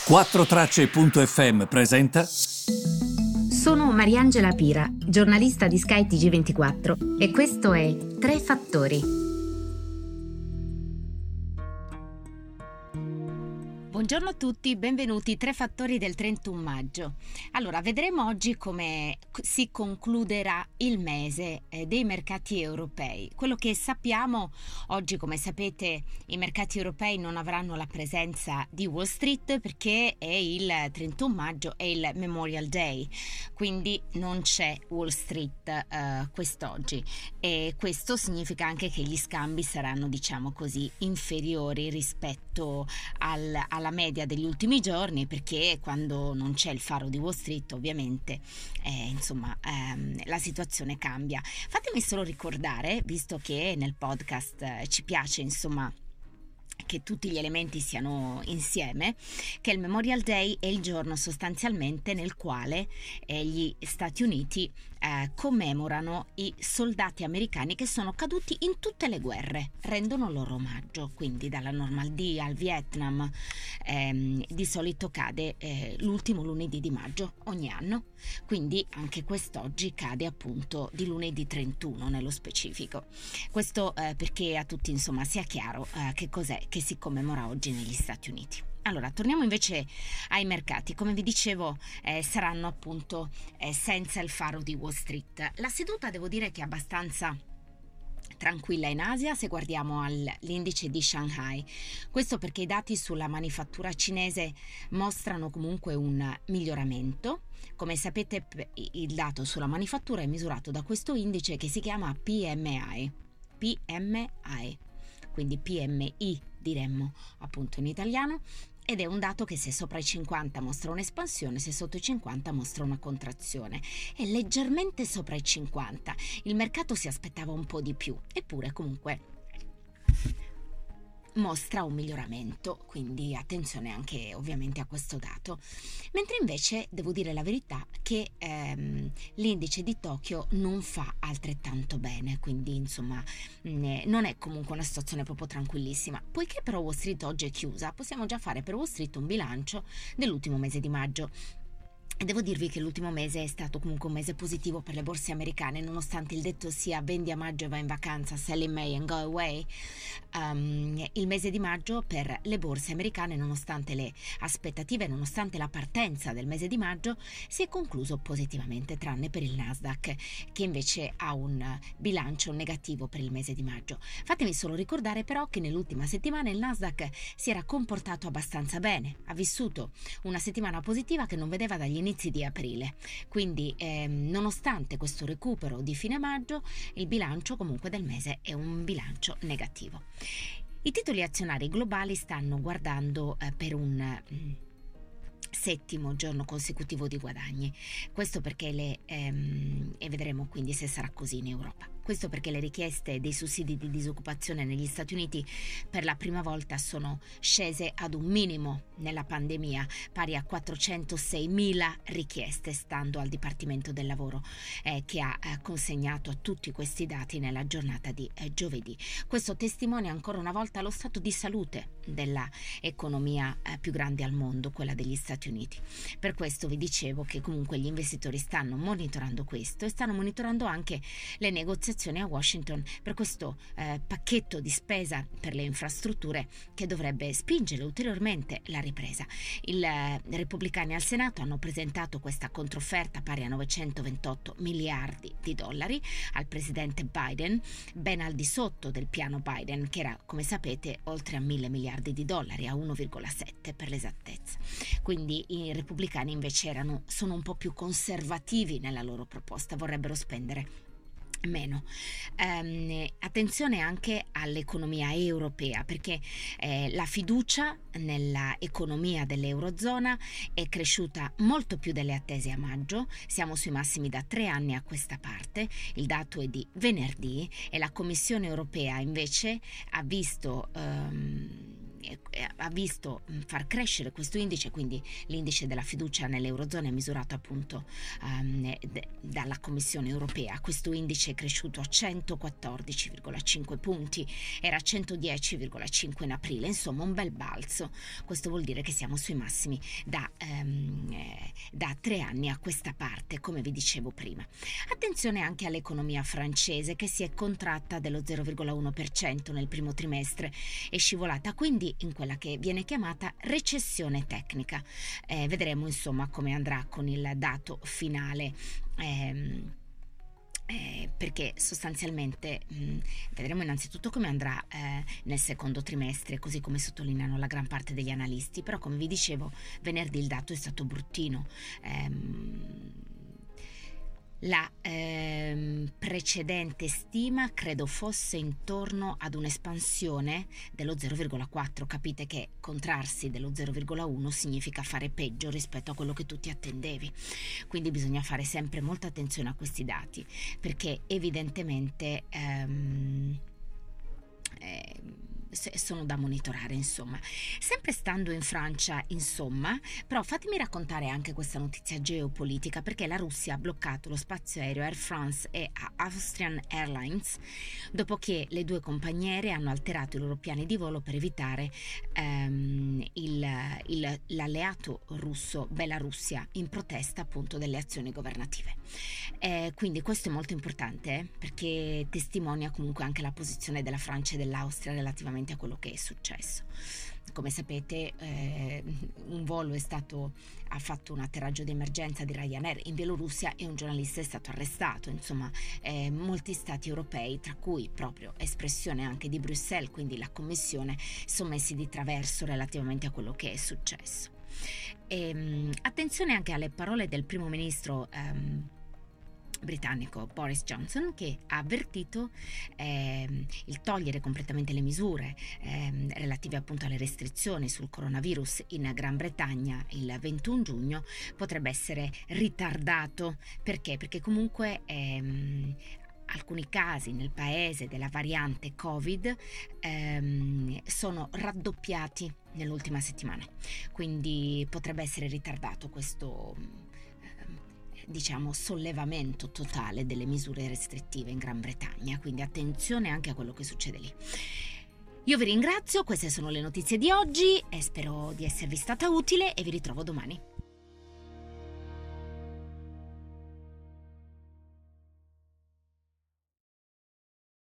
4Tracce.fm presenta. Sono Mariangela Pira, giornalista di Sky TG24 e questo è Tre Fattori. Buongiorno a tutti, benvenuti. Tre fattori del 31 maggio. Allora, vedremo oggi come si concluderà il mese dei mercati europei. Quello che sappiamo oggi, come sapete, i mercati europei non avranno la presenza di Wall Street perché è il 31 maggio, è il Memorial Day, quindi non c'è Wall Street quest'oggi, e questo significa anche che gli scambi saranno, diciamo così, inferiori rispetto alla media degli ultimi giorni, perché quando non c'è il faro di Wall Street ovviamente la situazione cambia. Fatemi solo ricordare, visto che nel podcast ci piace che tutti gli elementi siano insieme, che il Memorial Day è il giorno sostanzialmente nel quale gli Stati Uniti commemorano i soldati americani che sono caduti in tutte le guerre, rendono loro omaggio, quindi dalla Normandia al Vietnam. Di solito cade l'ultimo lunedì di maggio ogni anno, quindi anche quest'oggi cade appunto di lunedì 31 nello specifico. Questo perché a tutti sia chiaro che cos'è che si commemora oggi negli Stati Uniti. Allora, torniamo invece ai mercati. Come vi dicevo, saranno appunto senza il faro di Wall Street. La seduta, devo dire, che è abbastanza tranquilla in Asia se guardiamo all'indice di Shanghai. Questo perché i dati sulla manifattura cinese mostrano comunque un miglioramento. Come sapete, il dato sulla manifattura è misurato da questo indice che si chiama PMI, quindi PMI diremmo appunto in italiano, ed è un dato che se sopra i 50 mostra un'espansione, se sotto i 50 mostra una contrazione. È leggermente sopra i 50, il mercato si aspettava un po' di più, eppure comunque mostra un miglioramento, quindi attenzione anche ovviamente a questo dato. Mentre invece devo dire la verità che l'indice di Tokyo non fa altrettanto bene, quindi non è comunque una situazione proprio tranquillissima. Poiché però Wall Street oggi è chiusa, possiamo già fare per Wall Street un bilancio dell'ultimo mese di maggio. E devo dirvi che l'ultimo mese è stato comunque un mese positivo per le borse americane, nonostante il detto sia vendi a maggio e vai in vacanza, sell in May and go away. Il mese di maggio per le borse americane, nonostante le aspettative, nonostante la partenza del mese di maggio, si è concluso positivamente, tranne per il Nasdaq, che invece ha un bilancio negativo per il mese di maggio. Fatemi solo ricordare però che nell'ultima settimana il Nasdaq si era comportato abbastanza bene, ha vissuto una settimana positiva che non vedeva dagli inizi di aprile, quindi nonostante questo recupero di fine maggio, il bilancio comunque del mese è un bilancio negativo. I titoli azionari globali stanno guardando per un settimo giorno consecutivo di guadagni. Questo perché e vedremo quindi se sarà così in Europa. Questo perché le richieste dei sussidi di disoccupazione negli Stati Uniti per la prima volta sono scese ad un minimo nella pandemia, pari a 406.000 richieste, stando al Dipartimento del Lavoro che ha consegnato a tutti questi dati nella giornata di giovedì. Questo testimonia ancora una volta lo stato di salute della economia più grande al mondo, quella degli Stati Uniti. Per questo vi dicevo che comunque gli investitori stanno monitorando questo e stanno monitorando anche le negoziazioni a Washington per questo pacchetto di spesa per le infrastrutture che dovrebbe spingere ulteriormente la ripresa. I repubblicani al Senato hanno presentato questa controfferta pari a 928 miliardi di dollari al presidente Biden, ben al di sotto del piano Biden, che era, come sapete, oltre a 1.000 miliardi di dollari, a 1,7 per l'esattezza. Quindi i repubblicani invece sono un po' più conservativi nella loro proposta, vorrebbero spendere meno. Attenzione anche all'economia europea, perché la fiducia nella economia dell'Eurozona è cresciuta molto più delle attese a maggio. Siamo sui massimi da 3 anni a questa parte, il dato è di venerdì, e la Commissione europea invece ha visto ha visto far crescere questo indice, quindi l'indice della fiducia nell'Eurozona è misurato appunto dalla Commissione europea. Questo indice è cresciuto a 114,5 punti, era a 110,5 in aprile, insomma un bel balzo. Questo vuol dire che siamo sui massimi da 3 anni a questa parte, come vi dicevo prima. Attenzione anche all'economia francese, che si è contratta dello 0,1% nel primo trimestre, è scivolata quindi in quella che viene chiamata recessione tecnica. Vedremo insomma come andrà con il dato finale. Perché sostanzialmente vedremo innanzitutto come andrà nel secondo trimestre, così come sottolineano la gran parte degli analisti, però come vi dicevo venerdì il dato è stato bruttino. La precedente stima credo fosse intorno ad un'espansione dello 0,4, capite che contrarsi dello 0,1 significa fare peggio rispetto a quello che tu ti attendevi, quindi bisogna fare sempre molta attenzione a questi dati, perché evidentemente sono da monitorare, insomma. Sempre stando in Francia, insomma, però fatemi raccontare anche questa notizia geopolitica, perché la Russia ha bloccato lo spazio aereo Air France e Austrian Airlines dopo che le due compagnie aeree hanno alterato i loro piani di volo per evitare l'alleato russo Belarussia in protesta appunto delle azioni governative. Quindi questo è molto importante perché testimonia comunque anche la posizione della Francia e dell'Austria relativamente a quello che è successo. Come sapete un volo ha fatto un atterraggio di emergenza di Ryanair in Bielorussia e un giornalista è stato arrestato. Insomma, molti stati europei, tra cui proprio espressione anche di Bruxelles, quindi la Commissione, sono messi di traverso relativamente a quello che è successo. Attenzione anche alle parole del primo ministro britannico Boris Johnson, che ha avvertito il togliere completamente le misure relative appunto alle restrizioni sul coronavirus in Gran Bretagna il 21 giugno potrebbe essere ritardato. Perché? Perché comunque alcuni casi nel paese della variante Covid sono raddoppiati nell'ultima settimana, quindi potrebbe essere ritardato questo sollevamento totale delle misure restrittive in Gran Bretagna, quindi attenzione anche a quello che succede lì. Io vi ringrazio, queste sono le notizie di oggi e spero di esservi stata utile e vi ritrovo domani.